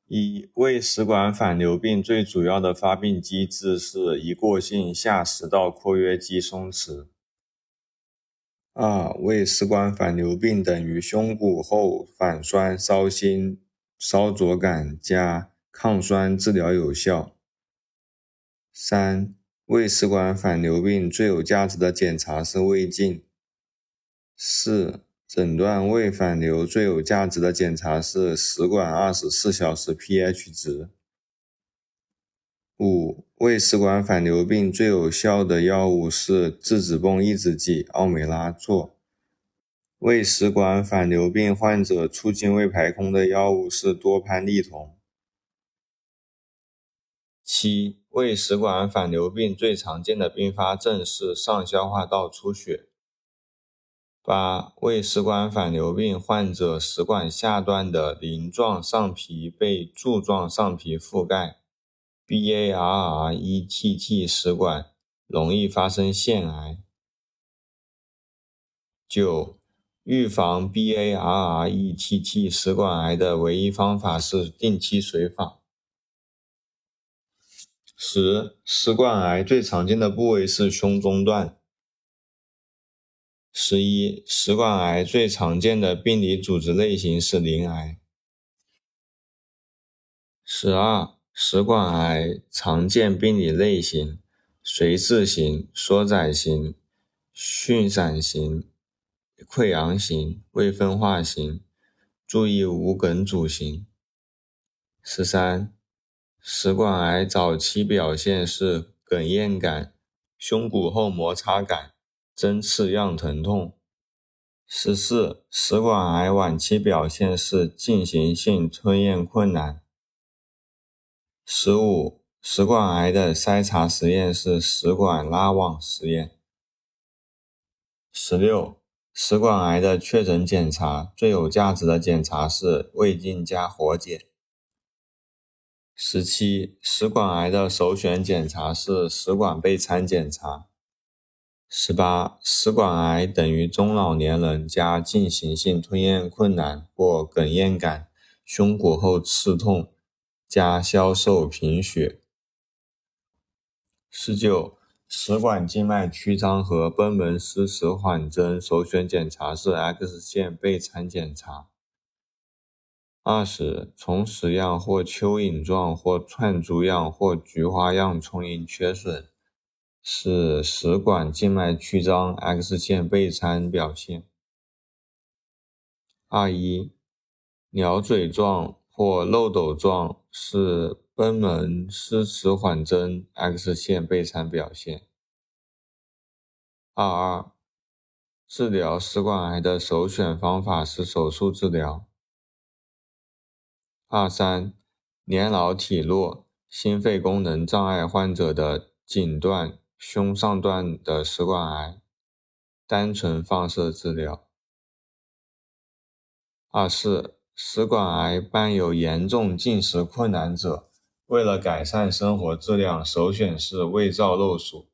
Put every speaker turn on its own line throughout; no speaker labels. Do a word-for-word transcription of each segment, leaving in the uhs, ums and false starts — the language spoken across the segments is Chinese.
一、胃食管反流病最主要的发病机制是一过性下食道括约肌松弛。二、胃食管反流病等于胸骨后反酸烧心烧灼感加抗酸治疗有效。三、胃食管反流病最有价值的检查是胃镜。四、诊断胃反流最有价值的检查是食管二十四小时 pH 值。五、胃食管反流病最有效的药物是质子泵抑制剂奥美拉唑。胃食管反流病患者促进胃排空的药物是多潘利酮。七、胃食管反流病最常见的并发症是上消化道出血。八、胃食管反流病患者食管下段的鳞状上皮被柱状上皮覆盖 B A R R E T T 食管容易发生腺癌。九、预防 B A R R E T T 食管癌的唯一方法是定期随访。十、食管癌最常见的部位是胸中段。十一、食管癌最常见的病理组织类型是鳞癌。十二、食管癌常见病理类型：髓质型、缩窄型、迅闪型、溃疡型、未分化型，注意无梗阻型。十三、食管癌早期表现是哽咽感、胸骨后摩擦感、针刺样疼痛。十四、食管癌晚期表现是进行性吞咽困难。十五、食管癌的筛查实验是食管拉网实验。十六、食管癌的确诊检查最有价值的检查是胃镜加活检。十七、食管癌的首选检查是食管钡餐检查。十八、食管癌等于中老年人加进行性吞咽困难或哽咽感、胸骨后刺痛加消瘦贫血。十九、食管静脉曲张和贲门失磁缓针首选检查是 X 线钡餐检查。二十、从矢样或蚯蚓状或串珠样或菊花样充盈缺损是食管静脉曲张 X 线钡餐表现。二一、鸟嘴状或漏斗状是贲门失磁缓针 X 线钡餐表现。二二、治疗食管癌的首选方法是手术治疗。二三、年老体弱、心肺功能障碍患者的颈段、胸上段的食管癌，单纯放射治疗。二四、食管癌伴有严重进食困难者，为了改善生活质量，首选是胃造瘘术。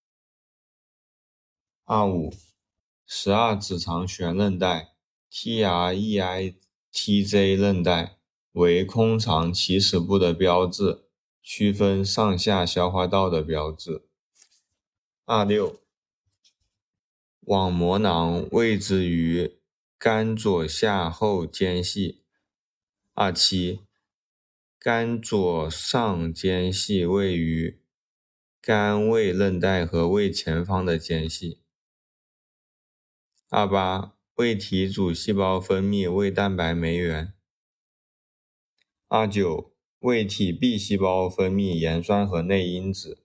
二五、十二指肠悬韧带 T R E I T J 韧带为空肠起始部的标志，区分上下消化道的标志。二六、网膜囊位置于肝左下后间隙。二七、肝左上间隙位于肝胃韧带和胃前方的间隙。二八、胃体组细胞分泌胃蛋白酶原。二九、胃体 B 细胞分泌盐酸和内因子。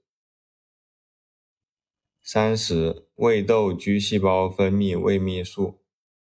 三十、胃窦居细胞分泌胃泌素。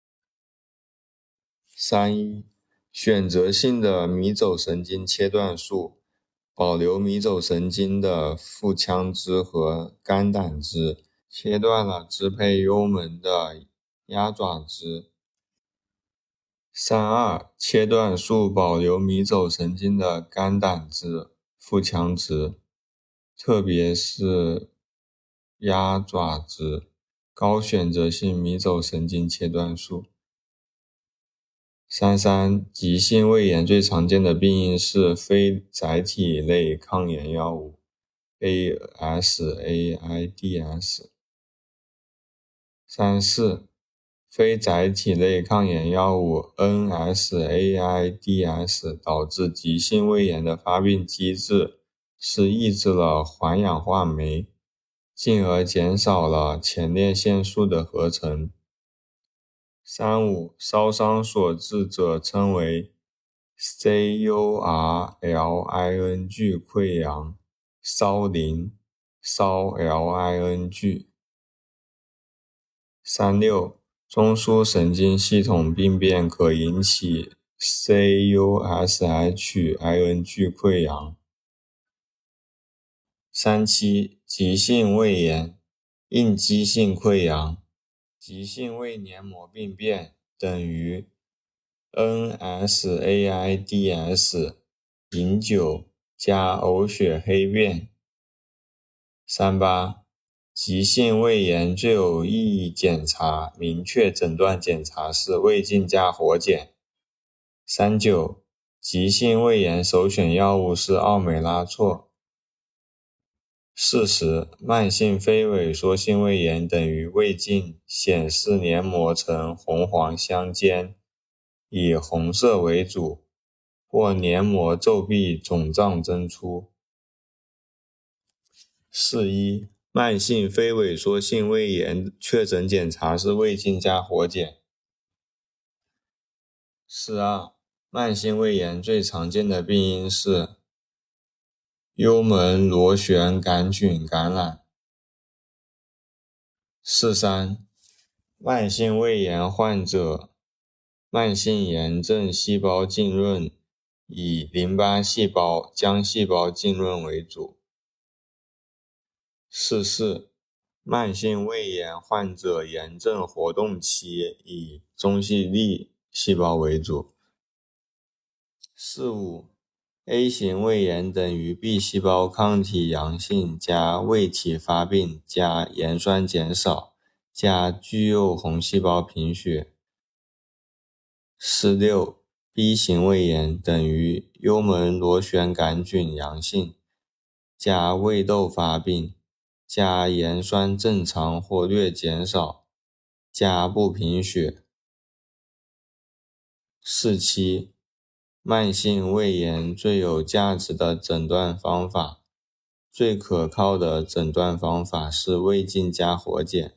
三一、选择性的迷走神经切断术，保留迷走神经的腹腔支和肝胆支，切断了支配幽门的鸭爪支。三二、切断术保留迷走神经的肝胆支、腹腔支，特别是鸭爪支，高选择性迷走神经切断术。 三三，急性胃炎最常见的病因是非甾体类抗炎药物 A S A I D S。三四，非甾体类抗炎药物 N S A I D S 导致急性胃炎的发病机制是抑制了环氧化酶，进而减少了前列腺素的合成。三五，烧伤所致者称为 C U R L I N G 溃疡、烧淋、烧 L I N G。三六，中枢神经系统病变可引起 C U S H I N G 溃疡。三七，急性胃炎、应激性溃疡、急性胃黏膜病变等于 N S A I D S 饮酒加呕血黑便。三八，急性胃炎最有意义检查明确诊断检查是胃镜加活检。三九，急性胃炎首选药物是奥美拉唑。四十，慢性非萎缩性胃炎等于胃镜显示黏膜呈红黄相间，以红色为主，或黏膜皱壁肿胀增出。四一，慢性非萎缩性胃炎确诊检查是胃镜加活检。四二，慢性胃炎最常见的病因是幽门螺旋杆菌感染。四三，慢性胃炎患者慢性炎症细胞浸润以淋巴细胞、浆细胞浸润为主。四四，慢性胃炎患者炎症活动期以中细粒细胞为主。四五，A 型胃炎等于 B 细胞抗体阳性加胃体发病加盐酸减少加巨幼红细胞贫血。四六，B 型胃炎等于幽门螺旋杆菌阳性加胃窦发病加盐酸正常或略减少加不贫血。四七，慢性胃炎最有价值的诊断方法，最可靠的诊断方法是胃镜加活检。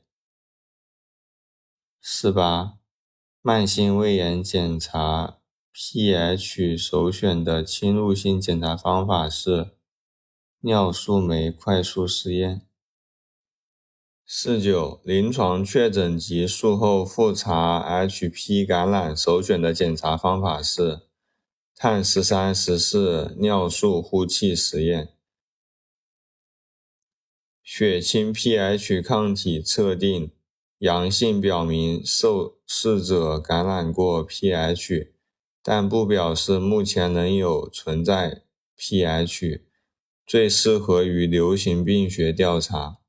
四八，慢性胃炎检查 pH 首选的侵入性检查方法是尿素酶快速试验。四九，临床确诊及术后复查 H P 感染首选的检查方法是碳十三、十四尿素呼气实验。血清 pH 抗体测定，阳性表明受试者感染过 pH， 但不表示目前仍有存在 pH， 最适合于流行病学调查。